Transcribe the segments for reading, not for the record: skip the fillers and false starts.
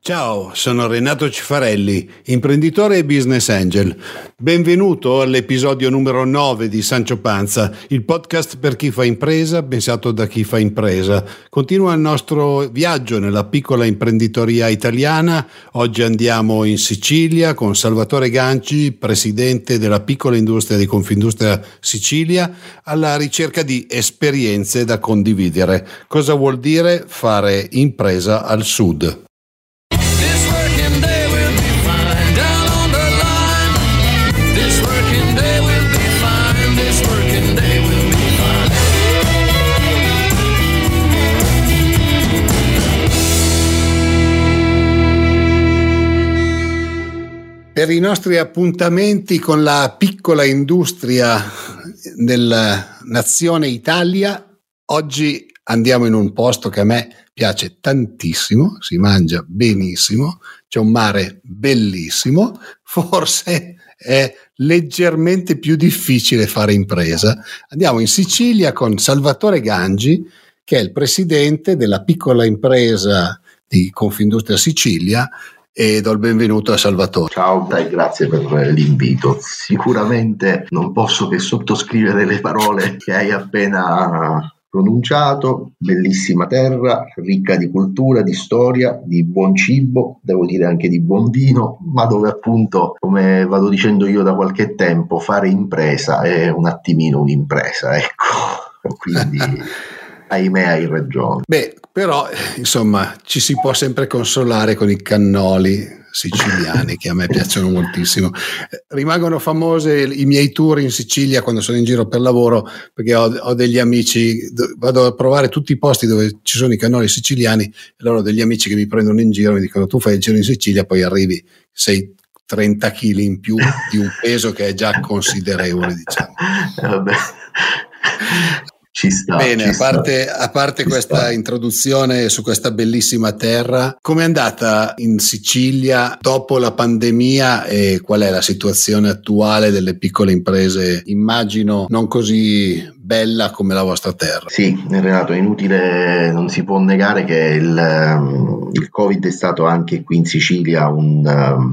Ciao, sono Renato Cifarelli, imprenditore e business angel. Benvenuto all'episodio numero 9 di Sancio Panza, il podcast per chi fa impresa, pensato da chi fa impresa. Continua il nostro viaggio nella piccola imprenditoria italiana. Oggi andiamo in Sicilia con Salvatore Ganci, presidente della piccola industria di Confindustria Sicilia, alla ricerca di esperienze da condividere. Cosa vuol dire fare impresa al sud? Per i nostri appuntamenti con la piccola industria della nazione Italia, oggi andiamo in un posto che a me piace tantissimo, si mangia benissimo, c'è un mare bellissimo, forse è leggermente più difficile fare impresa. Andiamo in Sicilia con Salvatore Ganci, che è il presidente della piccola impresa di Confindustria Sicilia, e do il benvenuto a Salvatore. Ciao e grazie per l'invito. Sicuramente non posso che sottoscrivere le parole che hai appena pronunciato. Bellissima terra, ricca di cultura, di storia, di buon cibo, devo dire anche di buon vino, ma dove appunto, come vado dicendo io da qualche tempo, fare impresa è un attimino un'impresa, ecco, quindi ahimè hai ragione. Beh, però insomma ci si può sempre consolare con i cannoli siciliani che a me piacciono moltissimo. Rimangono famose i miei tour in Sicilia quando sono in giro per lavoro, perché ho degli amici, vado a provare tutti i posti dove ci sono i cannoli siciliani e loro ho degli amici che mi prendono in giro e mi dicono: tu fai il giro in Sicilia, poi arrivi, sei 30 kg in più di un peso che è già considerevole, diciamo. Vabbè. Ci sta. Bene, a parte questa introduzione su questa bellissima terra, com'è andata in Sicilia dopo la pandemia e qual è la situazione attuale delle piccole imprese? Immagino non così bella come la vostra terra. Sì, Renato, è inutile, non si può negare che il Covid è stato anche qui in Sicilia un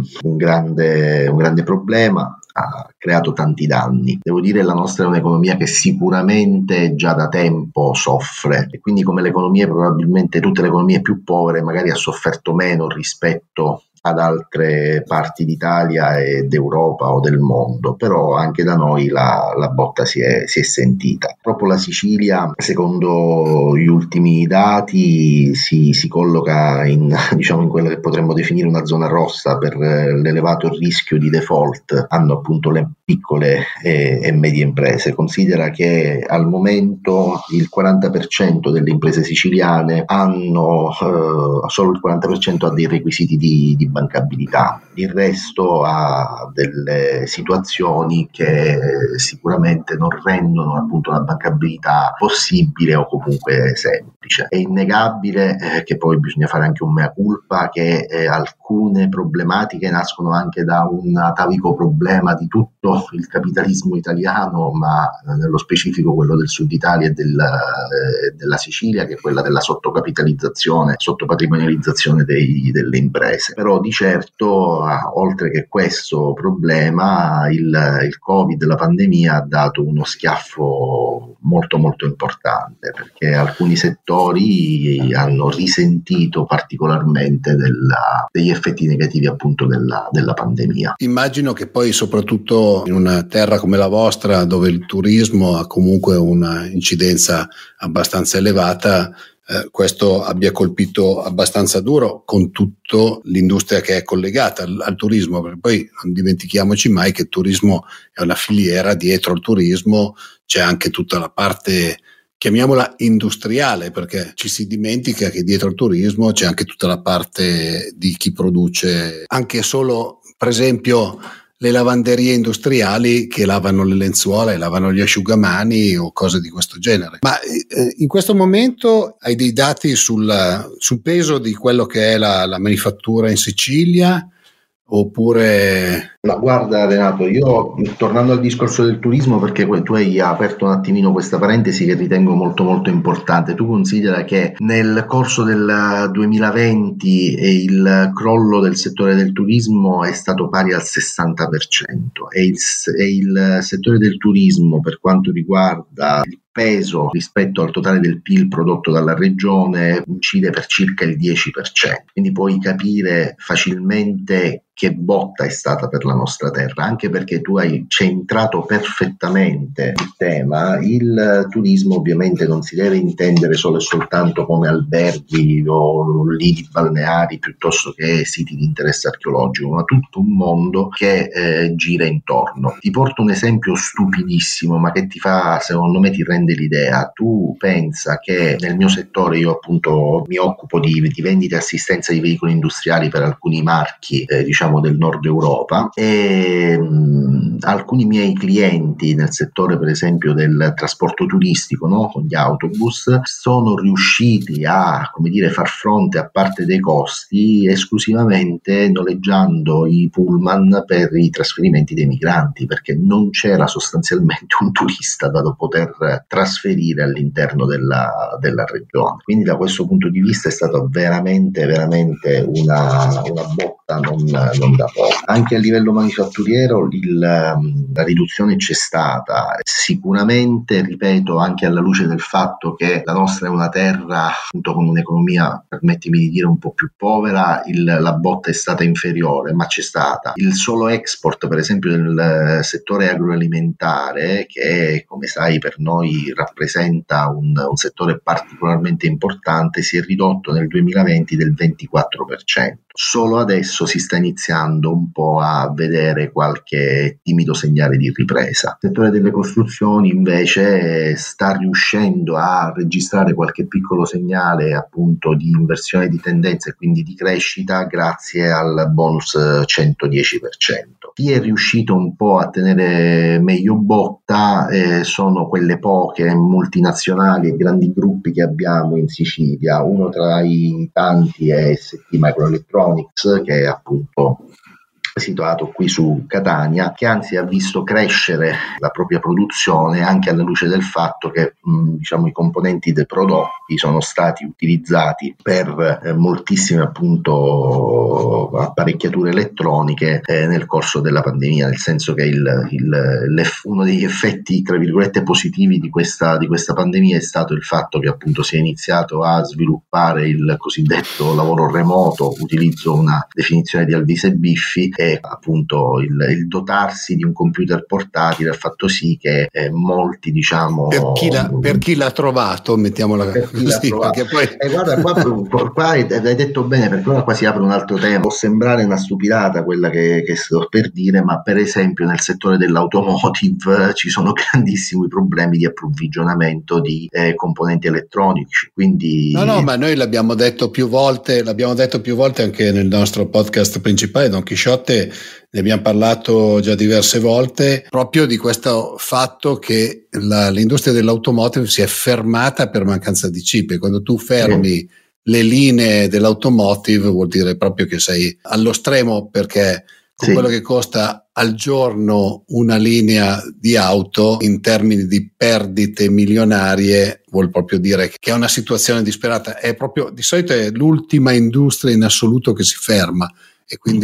grande problema. Ha creato tanti danni. Devo dire, la nostra è un'economia che sicuramente già da tempo soffre e quindi, come le economie, probabilmente tutte le economie più povere, magari ha sofferto meno rispetto ad altre parti d'Italia e d'Europa o del mondo, però anche da noi la botta si è sentita. Proprio la Sicilia, secondo gli ultimi dati, si colloca in quella che potremmo definire una zona rossa per l'elevato rischio di default. Hanno appunto le piccole e medie imprese. Considera che al momento il 40% delle imprese siciliane hanno solo il 40% ha dei requisiti di bancabilità, il resto ha delle situazioni che sicuramente non rendono appunto la bancabilità possibile o comunque semplice. È innegabile che poi bisogna fare anche un mea culpa che alcune problematiche nascono anche da un atavico problema di tutto il capitalismo italiano, ma nello specifico quello del sud Italia e della Sicilia, che è quella della sottocapitalizzazione, sottopatrimonializzazione delle imprese. Però di certo, oltre che questo problema, il Covid, la pandemia, ha dato uno schiaffo molto molto importante, perché alcuni settori hanno risentito particolarmente degli effetti negativi appunto della pandemia. Immagino che poi, soprattutto in una terra come la vostra, dove il turismo ha comunque una incidenza abbastanza elevata, questo abbia colpito abbastanza duro con tutta l'industria che è collegata al turismo, perché poi non dimentichiamoci mai che il turismo è una filiera. Dietro al turismo c'è anche tutta la parte, chiamiamola industriale, perché ci si dimentica che dietro al turismo c'è anche tutta la parte di chi produce anche solo, per esempio, le lavanderie industriali che lavano le lenzuola e lavano gli asciugamani o cose di questo genere. Ma in questo momento hai dei dati sul peso di quello che è la manifattura in Sicilia, oppure... Ma guarda Renato, io tornando al discorso del turismo, perché tu hai aperto un attimino questa parentesi che ritengo molto molto importante, tu considera che nel corso del 2020 il crollo del settore del turismo è stato pari al 60% e il settore del turismo, per quanto riguarda il peso rispetto al totale del PIL prodotto dalla regione, incide per circa il 10%, quindi puoi capire facilmente che botta è stata per la nostra terra, anche perché tu hai centrato perfettamente il tema. Il turismo ovviamente non si deve intendere solo e soltanto come alberghi o lidi balneari piuttosto che siti di interesse archeologico, ma tutto un mondo che gira intorno. Ti porto un esempio stupidissimo, ma che secondo me ti rende l'idea. Tu pensa che nel mio settore, io appunto mi occupo di vendita e assistenza di veicoli industriali per alcuni marchi, diciamo del nord Europa, e alcuni miei clienti nel settore per esempio del trasporto turistico, no? Con gli autobus, sono riusciti a, come dire, far fronte a parte dei costi esclusivamente noleggiando i pullman per i trasferimenti dei migranti, perché non c'era sostanzialmente un turista da poter trasferire all'interno della regione. Quindi da questo punto di vista è stata veramente una botta non da poco. Anche a livello manifatturiero la riduzione c'è stata, sicuramente, ripeto, anche alla luce del fatto che la nostra è una terra appunto con un'economia, permettimi di dire, un po' più povera, la botta è stata inferiore, ma c'è stata. Il solo export per esempio del settore agroalimentare, che come sai per noi rappresenta un settore particolarmente importante, si è ridotto nel 2020 del 24%. Solo adesso si sta iniziando un po' a vedere qualche timido segnale di ripresa. Il settore delle costruzioni invece sta riuscendo a registrare qualche piccolo segnale appunto di inversione di tendenza e quindi di crescita grazie al bonus 110%. Chi è riuscito un po' a tenere meglio botta sono quelle poche multinazionali e grandi gruppi che abbiamo in Sicilia. Uno tra i tanti è ST Microelectronics, che è appunto situato qui su Catania, che anzi ha visto crescere la propria produzione anche alla luce del fatto che diciamo i componenti dei prodotti sono stati utilizzati per moltissime appunto apparecchiature elettroniche nel corso della pandemia, nel senso che uno degli effetti tra virgolette positivi di questa pandemia è stato il fatto che appunto si è iniziato a sviluppare il cosiddetto lavoro remoto, utilizzo una definizione di Alvise Biffi, e appunto il dotarsi di un computer portatile ha fatto sì che molti, diciamo, per chi l'ha trovato, mettiamola così, perché poi guarda qua hai detto bene, perché ora qua si apre un altro tema. Può sembrare una stupidata quella che sto per dire, ma per esempio nel settore dell'automotive ci sono grandissimi problemi di approvvigionamento di componenti elettronici, quindi no, ma noi l'abbiamo detto più volte anche nel nostro podcast principale Don Chisciotte. Ne abbiamo parlato già diverse volte, proprio di questo fatto che l'industria dell'automotive si è fermata per mancanza di chip, e quando tu fermi le linee dell'automotive vuol dire proprio che sei allo stremo, perché con quello che costa al giorno una linea di auto in termini di perdite milionarie vuol proprio dire che è una situazione disperata. È proprio, di solito è l'ultima industria in assoluto che si ferma. E quindi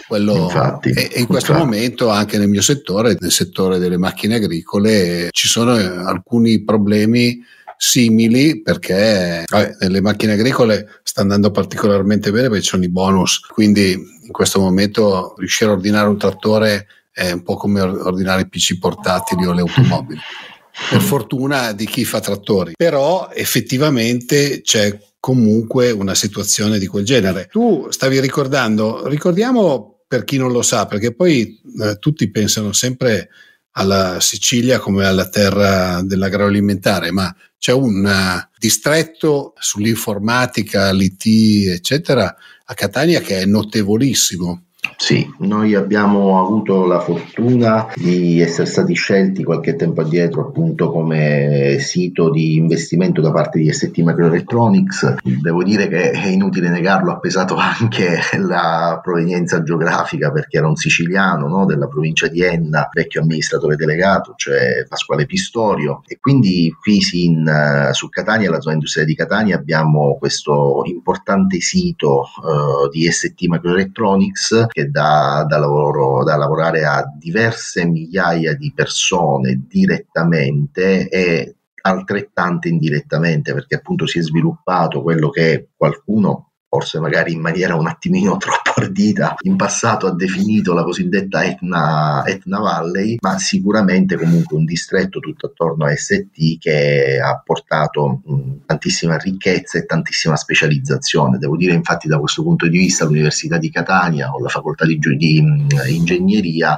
e in questo momento anche nel mio settore, nel settore delle macchine agricole, ci sono alcuni problemi simili, perché nelle macchine agricole sta andando particolarmente bene perché ci sono i bonus, quindi in questo momento riuscire a ordinare un trattore è un po' come ordinare i PC portatili o le automobili, per fortuna di chi fa trattori, però effettivamente c'è comunque una situazione di quel genere. Tu stavi ricordiamo per chi non lo sa, perché poi tutti pensano sempre alla Sicilia come alla terra dell'agroalimentare, ma c'è un distretto sull'informatica, l'IT, eccetera, a Catania che è notevolissimo. Sì, noi abbiamo avuto la fortuna di essere stati scelti qualche tempo addietro appunto come sito di investimento da parte di ST Microelectronics. Devo dire che è inutile negarlo, ha pesato anche la provenienza geografica, perché era un siciliano, no, della provincia di Enna, vecchio amministratore delegato, cioè Pasquale Pistorio, e quindi qui su Catania, la zona industriale di Catania, abbiamo questo importante sito di ST Microelectronics che dà lavorare a diverse migliaia di persone direttamente e altrettante indirettamente, perché appunto si è sviluppato quello che qualcuno, forse magari in maniera un attimino troppo ardita, in passato ha definito la cosiddetta Etna Valley, ma sicuramente comunque un distretto tutto attorno a ST che ha portato tantissima ricchezza e tantissima specializzazione. Devo dire, infatti, da questo punto di vista l'Università di Catania o la facoltà di ingegneria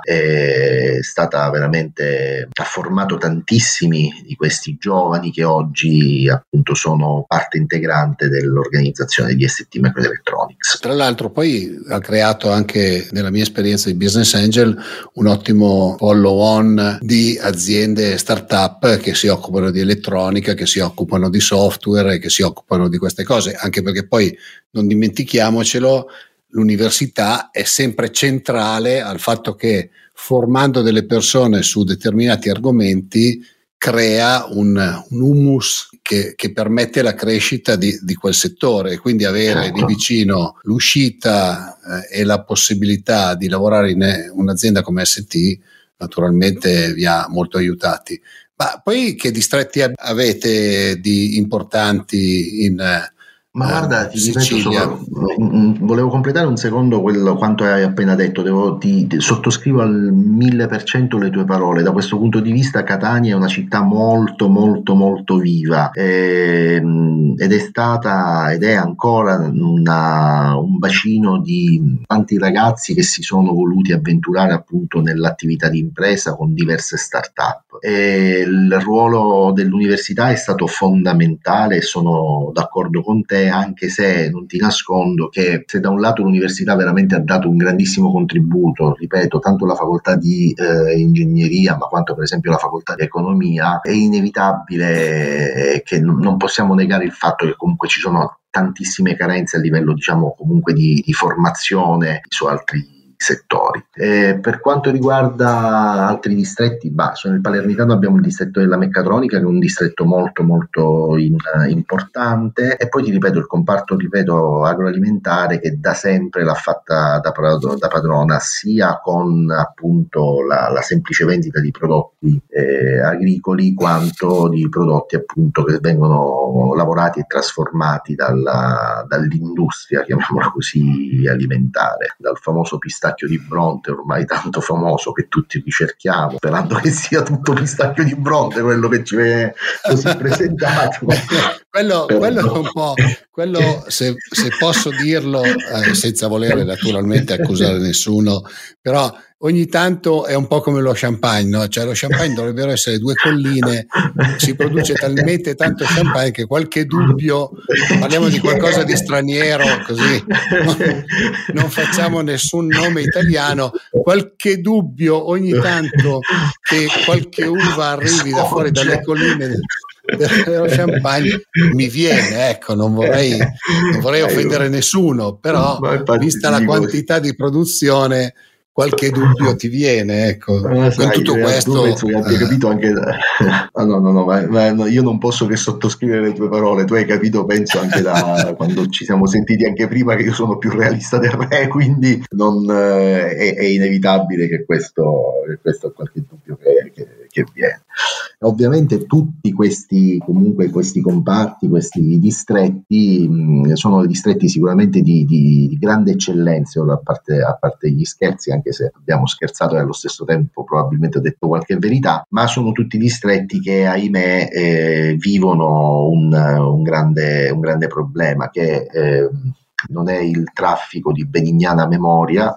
è stata veramente, ha formato tantissimi di questi giovani che oggi appunto sono parte integrante dell'organizzazione di ST Microelectronics. Tra l'altro poi ha creato anche, nella mia esperienza di business angel, un ottimo follow-on di aziende start-up che si occupano di elettronica, che si occupano di software e che si occupano di queste cose, anche perché poi non dimentichiamocelo, l'università è sempre centrale al fatto che formando delle persone su determinati argomenti crea un humus che permette la crescita di quel settore, e quindi avere lì vicino l'uscita e la possibilità di lavorare in un'azienda come ST naturalmente vi ha molto aiutati. Ma poi che distretti avete di importanti in Ma guarda, ti Sicilia? ripeto, volevo completare un secondo quanto hai appena detto, ti sottoscrivo al 1000% le tue parole. Da questo punto di vista Catania è una città molto molto molto viva, ed è stata ed è ancora un bacino di tanti ragazzi che si sono voluti avventurare appunto nell'attività di impresa con diverse start-up. E il ruolo dell'università è stato fondamentale e sono d'accordo con te, anche se non ti nascondo che se da un lato l'università veramente ha dato un grandissimo contributo, ripeto, tanto la facoltà di ingegneria ma quanto per esempio la facoltà di economia, è inevitabile che non possiamo negare il fatto che comunque ci sono tantissime carenze a livello, diciamo, comunque di formazione su altri settori. Per quanto riguarda altri distretti, sono il palermitano, abbiamo il distretto della meccatronica che è un distretto molto molto importante, e poi ti ripeto il comparto agroalimentare che da sempre l'ha fatta da padrona, sia con appunto la semplice vendita di prodotti agricoli, quanto di prodotti appunto che vengono lavorati e trasformati dall'industria, chiamiamola così, alimentare, dal famoso pistacchio di Bronte, ormai tanto famoso che tutti ricerchiamo, sperando che sia tutto pistacchio di Bronte quello che ci viene così presentato. Quello è un po', quello se posso dirlo, senza volere naturalmente accusare nessuno, però ogni tanto è un po' come lo champagne, no? Cioè lo champagne dovrebbero essere due colline, si produce talmente tanto champagne che qualche dubbio, parliamo di qualcosa di straniero, così non facciamo nessun nome italiano, qualche dubbio ogni tanto che qualche uva arrivi da fuori dalle colline dello champagne mi viene, ecco, non vorrei offendere nessuno, però vista la quantità di produzione qualche dubbio ti viene, ecco. Con tutto questo tu penso che abbia capito anche no, io non posso che sottoscrivere le tue parole. Tu hai capito, penso, anche da quando ci siamo sentiti anche prima, che io sono più realista del re, quindi è inevitabile che questo è qualche dubbio che viene. Ovviamente tutti questi comparti, questi distretti sono distretti sicuramente di grande eccellenza, a parte gli scherzi, anche se abbiamo scherzato e allo stesso tempo probabilmente ho detto qualche verità, ma sono tutti distretti che, ahimè, vivono un grande problema, che non è il traffico di benignana memoria,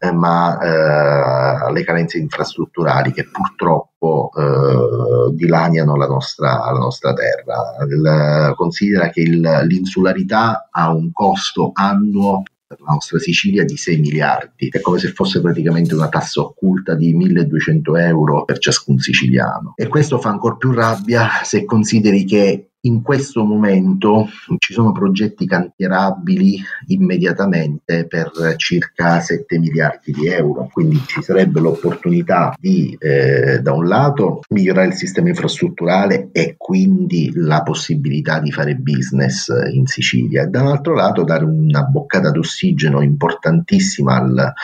ma le carenze infrastrutturali che purtroppo dilaniano la nostra terra. Considera che l'insularità ha un costo annuo per la nostra Sicilia di 6 miliardi. È come se fosse praticamente una tassa occulta di 1.200 euro per ciascun siciliano. E questo fa ancora più rabbia se consideri che in questo momento ci sono progetti cantierabili immediatamente per circa 7 miliardi di euro, quindi ci sarebbe l'opportunità di da un lato migliorare il sistema infrastrutturale e quindi la possibilità di fare business in Sicilia, e dall'altro lato dare una boccata d'ossigeno importantissima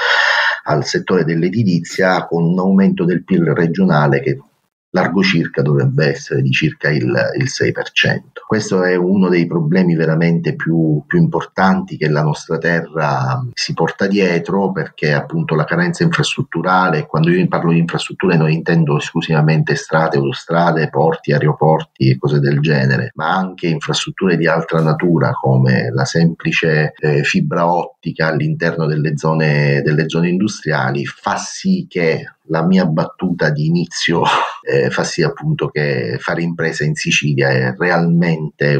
al settore dell'edilizia, con un aumento del PIL regionale che largo circa dovrebbe essere di circa il 6%. Questo è uno dei problemi veramente più importanti che la nostra terra si porta dietro, perché appunto la carenza infrastrutturale, quando io parlo di infrastrutture non intendo esclusivamente strade, autostrade, porti, aeroporti e cose del genere, ma anche infrastrutture di altra natura come la semplice fibra ottica all'interno delle zone industriali, fa sì che la mia battuta di inizio fa sì appunto che fare impresa in Sicilia è realmente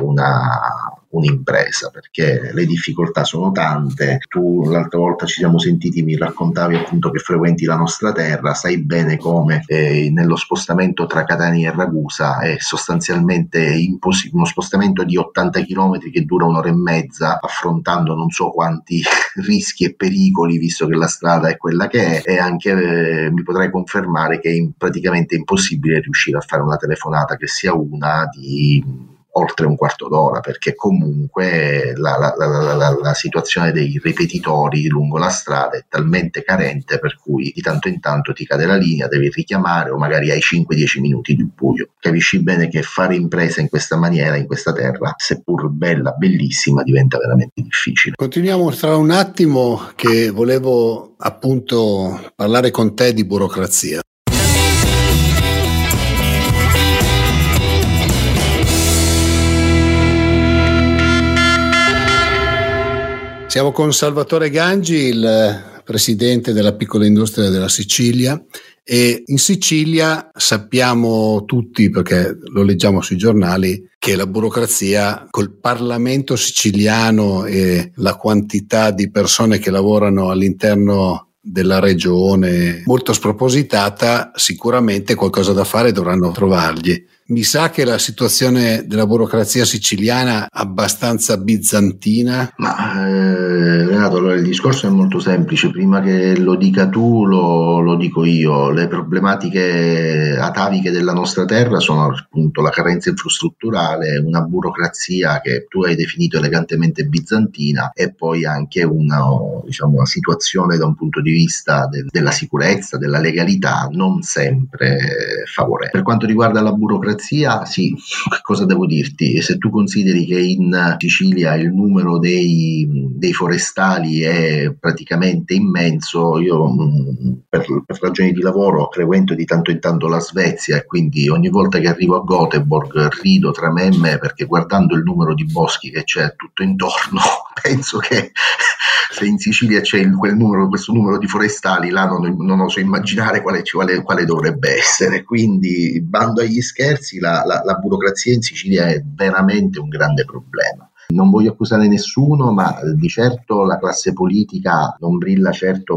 un'impresa, perché le difficoltà sono tante. Tu l'altra volta ci siamo sentiti, mi raccontavi appunto che frequenti la nostra terra, sai bene come nello spostamento tra Catania e Ragusa è sostanzialmente impossibile, uno spostamento di 80 km che dura un'ora e mezza, affrontando non so quanti rischi e pericoli, visto che la strada è quella che è, e anche mi potrai confermare che è praticamente impossibile riuscire a fare una telefonata che sia una di oltre un quarto d'ora, perché comunque la situazione dei ripetitori lungo la strada è talmente carente per cui di tanto in tanto ti cade la linea, devi richiamare o magari hai 5-10 minuti di buio. Capisci bene che fare impresa in questa maniera, in questa terra, seppur bella, bellissima, diventa veramente difficile. Continuiamo tra un attimo, che volevo appunto parlare con te di burocrazia. Siamo con Salvatore Gangi, il presidente della piccola industria della Sicilia, e in Sicilia sappiamo tutti, perché lo leggiamo sui giornali, che la burocrazia col Parlamento siciliano e la quantità di persone che lavorano all'interno della regione molto spropositata, sicuramente qualcosa da fare dovranno trovargli. Mi sa che la situazione della burocrazia siciliana è abbastanza bizantina. Ma Renato, allora il discorso è molto semplice, prima che lo dica tu lo dico io. Le problematiche ataviche della nostra terra sono appunto la carenza infrastrutturale, una burocrazia che tu hai definito elegantemente bizantina, e poi anche una situazione da un punto di vista della sicurezza, della legalità non sempre favorevole. Per quanto riguarda la burocrazia, sì, cosa devo dirti? Se tu consideri che in Sicilia il numero dei forestali è praticamente immenso, io per ragioni di lavoro frequento di tanto in tanto la Svezia, e quindi ogni volta che arrivo a Göteborg rido tra me e me, perché guardando il numero di boschi che c'è tutto intorno penso che se in Sicilia c'è questo numero di forestali, là non oso immaginare quale dovrebbe essere. Quindi, bando agli scherzi, la burocrazia in Sicilia è veramente un grande problema. Non voglio accusare nessuno, ma di certo la classe politica non brilla certo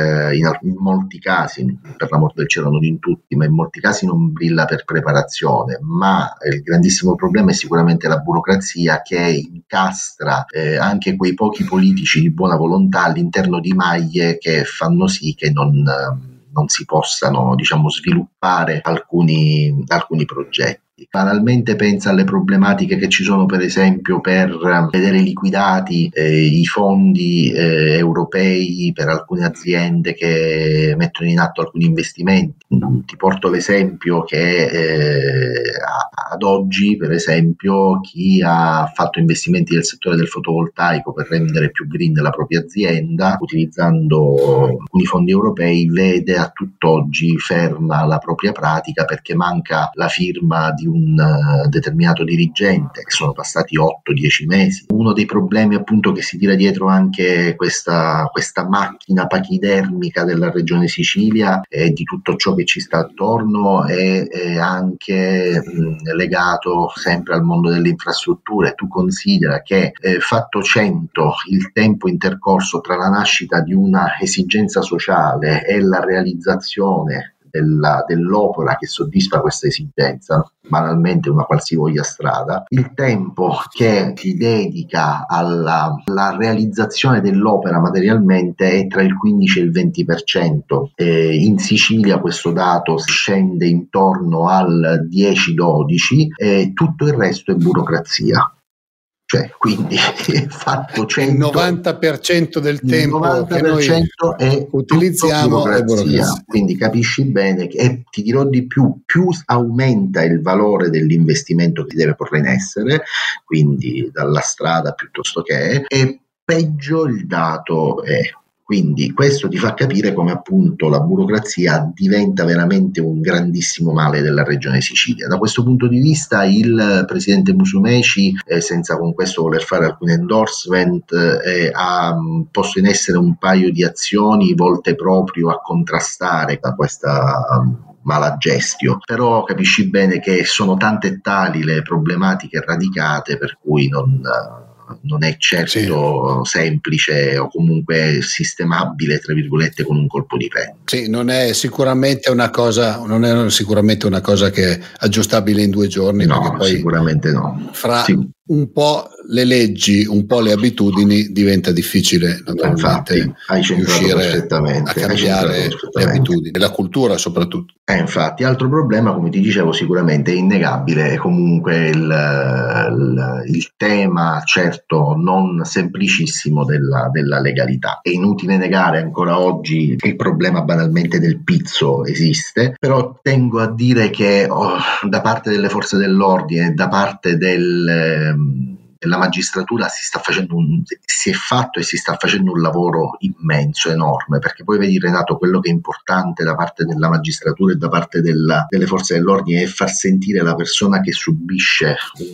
in molti casi, per l'amor del cielo non in tutti, ma in molti casi non brilla per preparazione, ma il grandissimo problema è sicuramente la burocrazia, che incastra anche quei pochi politici di buona volontà all'interno di maglie che fanno sì che non si possano, sviluppare alcuni progetti. Banalmente pensa alle problematiche che ci sono, per esempio, per vedere liquidati i fondi europei per alcune aziende che mettono in atto alcuni investimenti. Ti porto l'esempio che ad oggi, per esempio, chi ha fatto investimenti nel settore del fotovoltaico per rendere più green la propria azienda utilizzando alcuni fondi europei, vede a tutt'oggi ferma la propria pratica perché manca la firma di un determinato dirigente, che sono passati 8-10 mesi. Uno dei problemi appunto che si tira dietro anche questa macchina pachidermica della regione Sicilia e di tutto ciò che ci sta attorno è anche legato sempre al mondo delle infrastrutture. Tu considera che fatto 100 il tempo intercorso tra la nascita di una esigenza sociale e la realizzazione dell'opera che soddisfa questa esigenza, banalmente una qualsivoglia strada, il tempo che si dedica alla realizzazione dell'opera materialmente è tra il 15 e il 20%. In Sicilia questo dato scende intorno al 10-12 e tutto il resto è burocrazia. Cioè, quindi fatto 100, il 90% del tempo 90% che noi utilizziamo è burocrazia. Quindi capisci bene che, e ti dirò di più aumenta il valore dell'investimento che si deve porre in essere, quindi dalla strada piuttosto che, e peggio il dato è. Quindi questo ti fa capire come appunto la burocrazia diventa veramente un grandissimo male della regione Sicilia. Da questo punto di vista il presidente Musumeci, senza con questo voler fare alcun endorsement, ha posto in essere un paio di azioni volte proprio a contrastare questa mala gestio, però capisci bene che sono tante e tali le problematiche radicate per cui non è certo semplice o comunque sistemabile, tra virgolette, con un colpo di penna. Sì, non è sicuramente una cosa che è aggiustabile in 2 giorni. No, poi sicuramente no. Fra un po' le leggi, un po' le abitudini, diventa difficile naturalmente riuscire a cambiare le abitudini e la cultura soprattutto. Infatti, altro problema, come ti dicevo, sicuramente è innegabile, è comunque il tema, certo non semplicissimo, della legalità. È inutile negare ancora oggi che il problema banalmente del pizzo esiste, però tengo a dire che da parte delle forze dell'ordine, da parte della magistratura si è fatto e si sta facendo un lavoro immenso, enorme, perché poi vedi, Renato, quello che è importante da parte della magistratura e da parte delle forze dell'ordine è far sentire la persona che subisce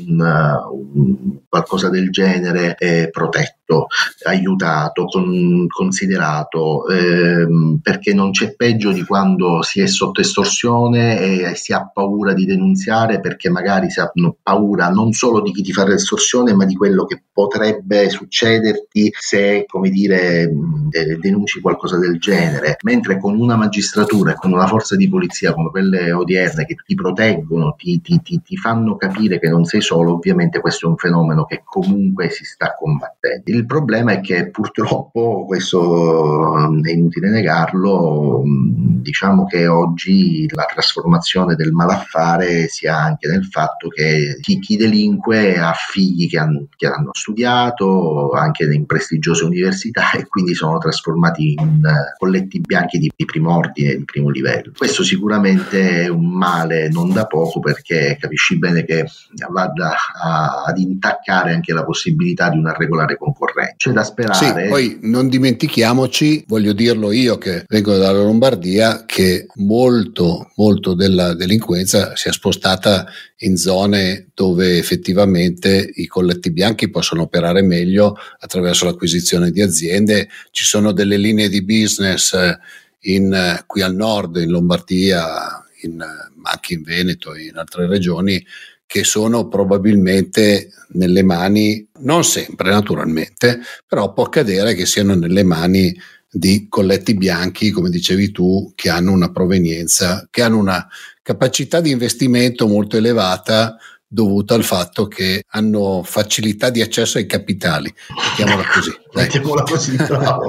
qualcosa del genere protetto, aiutato, considerato, perché non c'è peggio di quando si è sotto estorsione e si ha paura di denunziare, perché magari si hanno paura non solo di chi ti fa l'estorsione, ma di quello che potrebbe succederti se, come dire, denunci qualcosa del genere. Mentre con una magistratura e con una forza di polizia come quelle odierne che ti proteggono, ti fanno capire che non sei solo, ovviamente questo è un fenomeno che comunque si sta combattendo. Il problema è che purtroppo, questo è inutile negarlo, diciamo che oggi la trasformazione del malaffare sia anche nel fatto che chi delinque ha figli che hanno studiato anche in prestigiose università e quindi sono trasformati in colletti bianchi di primo ordine, di primo livello. Questo sicuramente è un male non da poco, perché capisci bene che vada ad intaccare anche la possibilità di una regolare concorrenza. C'è da sperare. Sì, poi non dimentichiamoci, voglio dirlo io che vengo dalla Lombardia, che molto della delinquenza si è spostata in zone dove effettivamente i colletti bianchi possono operare meglio attraverso l'acquisizione di aziende. Ci sono delle linee di business qui al nord, in Lombardia, anche in Veneto e in altre regioni, che sono probabilmente nelle mani, non sempre naturalmente, però può accadere che siano nelle mani di colletti bianchi, come dicevi tu, che hanno una provenienza, che hanno una capacità di investimento molto elevata, dovuta al fatto che hanno facilità di accesso ai capitali, mettiamola così. Mettiamola così, bravo.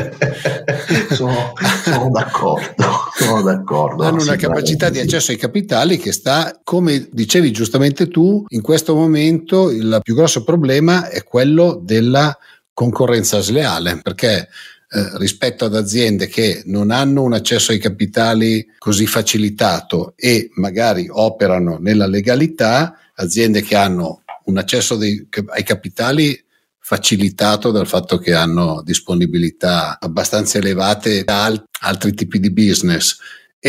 sono d'accordo. Hanno una capacità di accesso ai capitali che sta, come dicevi giustamente tu, in questo momento il più grosso problema è quello della concorrenza sleale, perché rispetto ad aziende che non hanno un accesso ai capitali così facilitato e magari operano nella legalità, aziende che hanno un accesso ai capitali facilitato dal fatto che hanno disponibilità abbastanza elevate da altri tipi di business, e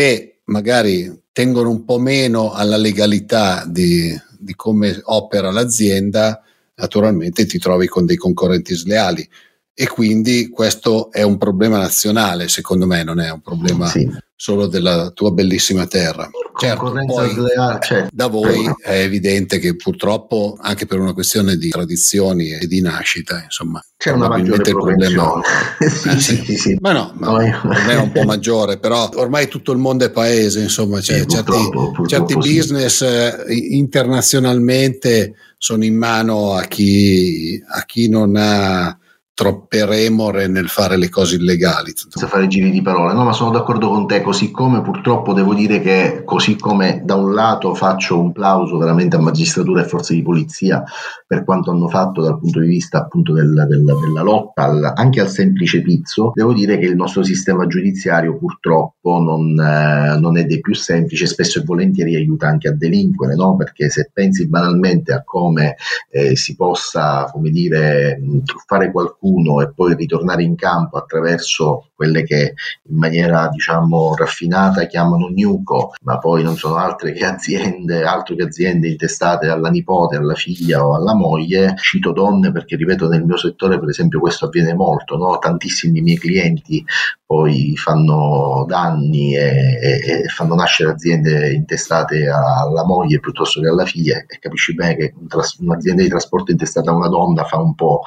magari tengono un po' meno alla legalità di come opera l'azienda, naturalmente ti trovi con dei concorrenti sleali, e quindi questo è un problema nazionale, secondo me, non è un problema solo della tua bellissima terra. Certo, poi da voi è evidente che purtroppo, anche per una questione di tradizioni e di nascita, insomma, c'è una maggiore problema. Sì. Ma no, il problema è un po' maggiore, però ormai tutto il mondo è paese, insomma, cioè, certi business internazionalmente sono in mano a chi non ha troppe remore nel fare le cose illegali. Senza fare giri di parole, no, ma sono d'accordo con te, così come purtroppo devo dire che, così come da un lato faccio un plauso veramente a magistratura e forze di polizia per quanto hanno fatto dal punto di vista appunto della lotta anche al semplice pizzo, devo dire che il nostro sistema giudiziario purtroppo non è dei più semplici, spesso e volentieri aiuta anche a delinquere, no? Perché se pensi banalmente a come si possa, come dire, truffare qualcuno e poi ritornare in campo attraverso quelle che in maniera diciamo raffinata chiamano gnuco, ma poi non sono altro che aziende intestate alla nipote, alla figlia o alla moglie. Cito donne perché, ripeto, nel mio settore per esempio questo avviene molto, no? Tantissimi miei clienti poi fanno danni e fanno nascere aziende intestate alla moglie piuttosto che alla figlia, e capisci bene che un'azienda di trasporto intestata a una donna fa un po'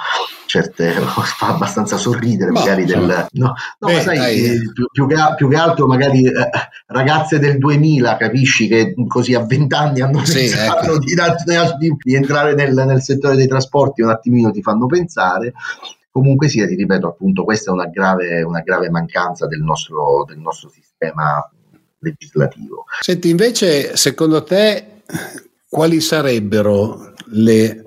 fa abbastanza sorridere, magari ma sai, più che altro magari ragazze del 2000, capisci, che così a 20 anni hanno pensato di entrare nel settore dei trasporti, un attimino ti fanno pensare. Comunque sia, ti ripeto, appunto, questa è una grave mancanza del nostro sistema legislativo. Senti, invece, secondo te, quali sarebbero le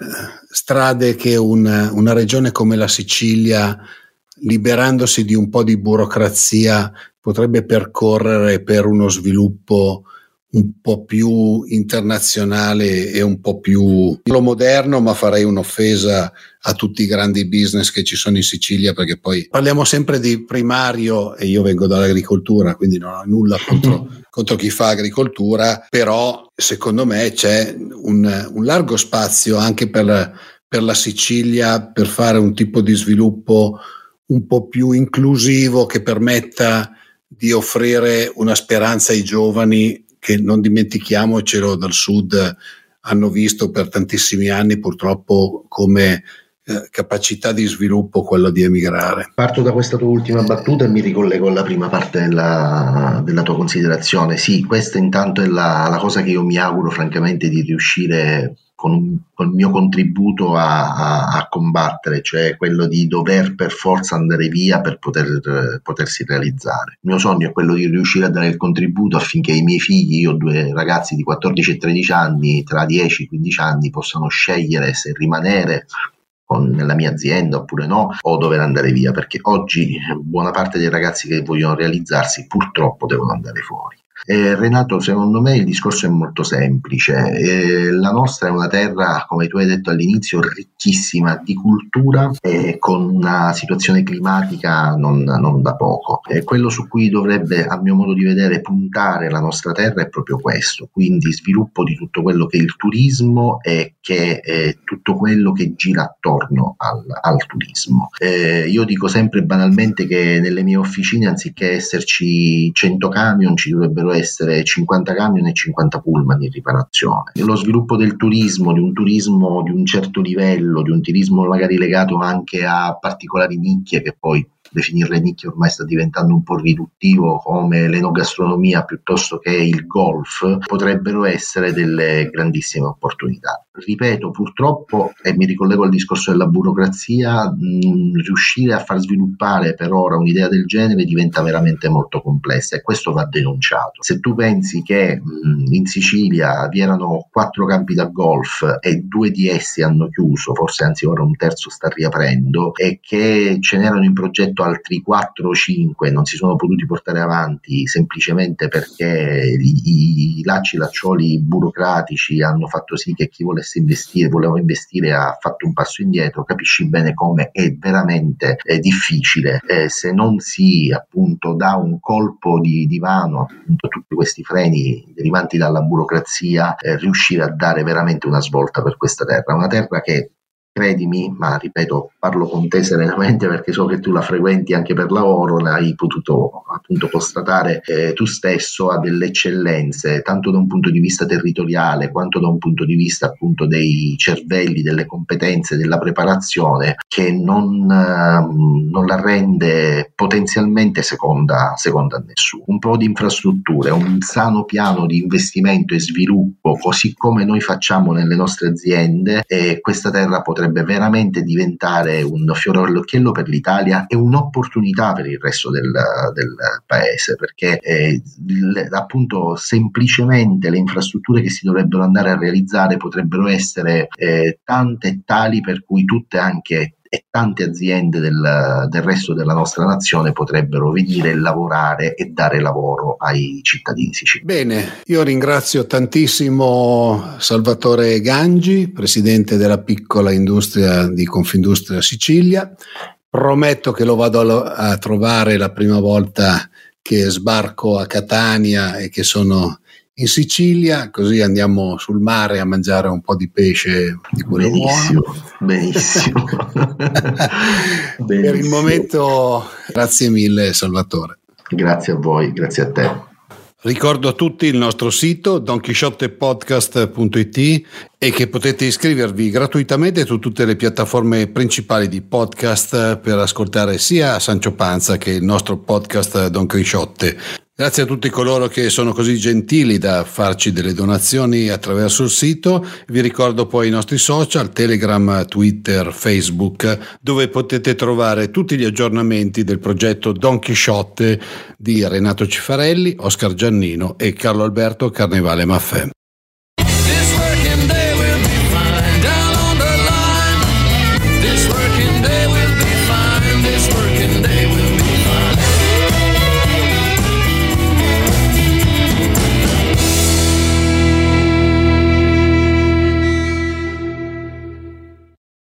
strade che una regione come la Sicilia, liberandosi di un po' di burocrazia, potrebbe percorrere per uno sviluppo un po' più internazionale e un po' più moderno? Ma farei un'offesa a tutti i grandi business che ci sono in Sicilia, perché poi parliamo sempre di primario e io vengo dall'agricoltura, quindi non ho nulla contro chi fa agricoltura, però secondo me c'è un largo spazio anche per la Sicilia per fare un tipo di sviluppo un po' più inclusivo, che permetta di offrire una speranza ai giovani che, non dimentichiamocelo, dal sud hanno visto per tantissimi anni purtroppo come capacità di sviluppo quello di emigrare. Parto da questa tua ultima battuta e mi ricollego alla prima parte della tua considerazione. Sì, questa intanto è la cosa che io mi auguro francamente di riuscire con il mio contributo a combattere, cioè quello di dover per forza andare via per potersi realizzare. Il mio sogno è quello di riuscire a dare il contributo affinché i miei figli, io ho 2 ragazzi di 14 e 13 anni, tra 10 e 15 anni possano scegliere se rimanere nella mia azienda oppure no, o dover andare via, perché oggi buona parte dei ragazzi che vogliono realizzarsi purtroppo devono andare fuori. Renato, secondo me il discorso è molto semplice. La nostra è una terra, come tu hai detto all'inizio, ricchissima di cultura e con una situazione climatica non da poco. Quello su cui dovrebbe, a mio modo di vedere, puntare la nostra terra è proprio questo, quindi sviluppo di tutto quello che è il turismo e che è tutto quello che gira attorno al turismo. Io dico sempre banalmente che nelle mie officine, anziché esserci 100 camion, ci dovrebbero essere 50 camion e 50 pullman in riparazione. Lo sviluppo del turismo, di un turismo di un certo livello, di un turismo magari legato anche a particolari nicchie, che poi definirle nicchie ormai sta diventando un po' riduttivo, come l'enogastronomia piuttosto che il golf, potrebbero essere delle grandissime opportunità. Ripeto, purtroppo, e mi ricollego al discorso della burocrazia, riuscire a far sviluppare per ora un'idea del genere diventa veramente molto complessa, e questo va denunciato. Se tu pensi che in Sicilia vi erano 4 campi da golf e 2 di essi hanno chiuso, forse anzi ora un terzo sta riaprendo, e che ce n'erano in progetto altri 4 o 5 non si sono potuti portare avanti semplicemente perché i laccioli burocratici hanno fatto sì che chi voleva investire ha fatto un passo indietro, capisci bene come è veramente difficile, se non si appunto dà un colpo di mano appunto a tutti questi freni derivanti dalla burocrazia, riuscire a dare veramente una svolta per questa terra, una terra che, credimi, ma ripeto, parlo con te serenamente perché so che tu la frequenti anche per lavoro, l'hai potuto appunto constatare tu stesso, ha delle eccellenze tanto da un punto di vista territoriale quanto da un punto di vista appunto dei cervelli, delle competenze, della preparazione, che non la rende potenzialmente seconda a nessuno. Un po' di infrastrutture, un sano piano di investimento e sviluppo, così come noi facciamo nelle nostre aziende, e questa terra potrebbe veramente diventare un fiore all'occhiello per l'Italia e un'opportunità per il resto del paese, perché appunto semplicemente le infrastrutture che si dovrebbero andare a realizzare potrebbero essere tante e tali per cui tutte anche e tante aziende del resto della nostra nazione potrebbero venire, lavorare e dare lavoro ai cittadini siciliani. Bene, io ringrazio tantissimo Salvatore Gangi, presidente della piccola industria di Confindustria Sicilia. Prometto che lo vado a trovare la prima volta che sbarco a Catania e che sono in Sicilia, così andiamo sul mare a mangiare un po' di pesce di quello buono. Benissimo. Per il momento grazie mille Salvatore. Grazie a voi, grazie a te. Ricordo a tutti il nostro sito donchisciottepodcast.it e che potete iscrivervi gratuitamente su tutte le piattaforme principali di podcast per ascoltare sia Sancio Panza che il nostro podcast Don Chisciotte. Grazie a tutti coloro che sono così gentili da farci delle donazioni attraverso il sito. Vi ricordo poi i nostri social, Telegram, Twitter, Facebook, dove potete trovare tutti gli aggiornamenti del progetto Don Chisciotte di Renato Cifarelli, Oscar Giannino e Carlo Alberto Carnevale Maffè.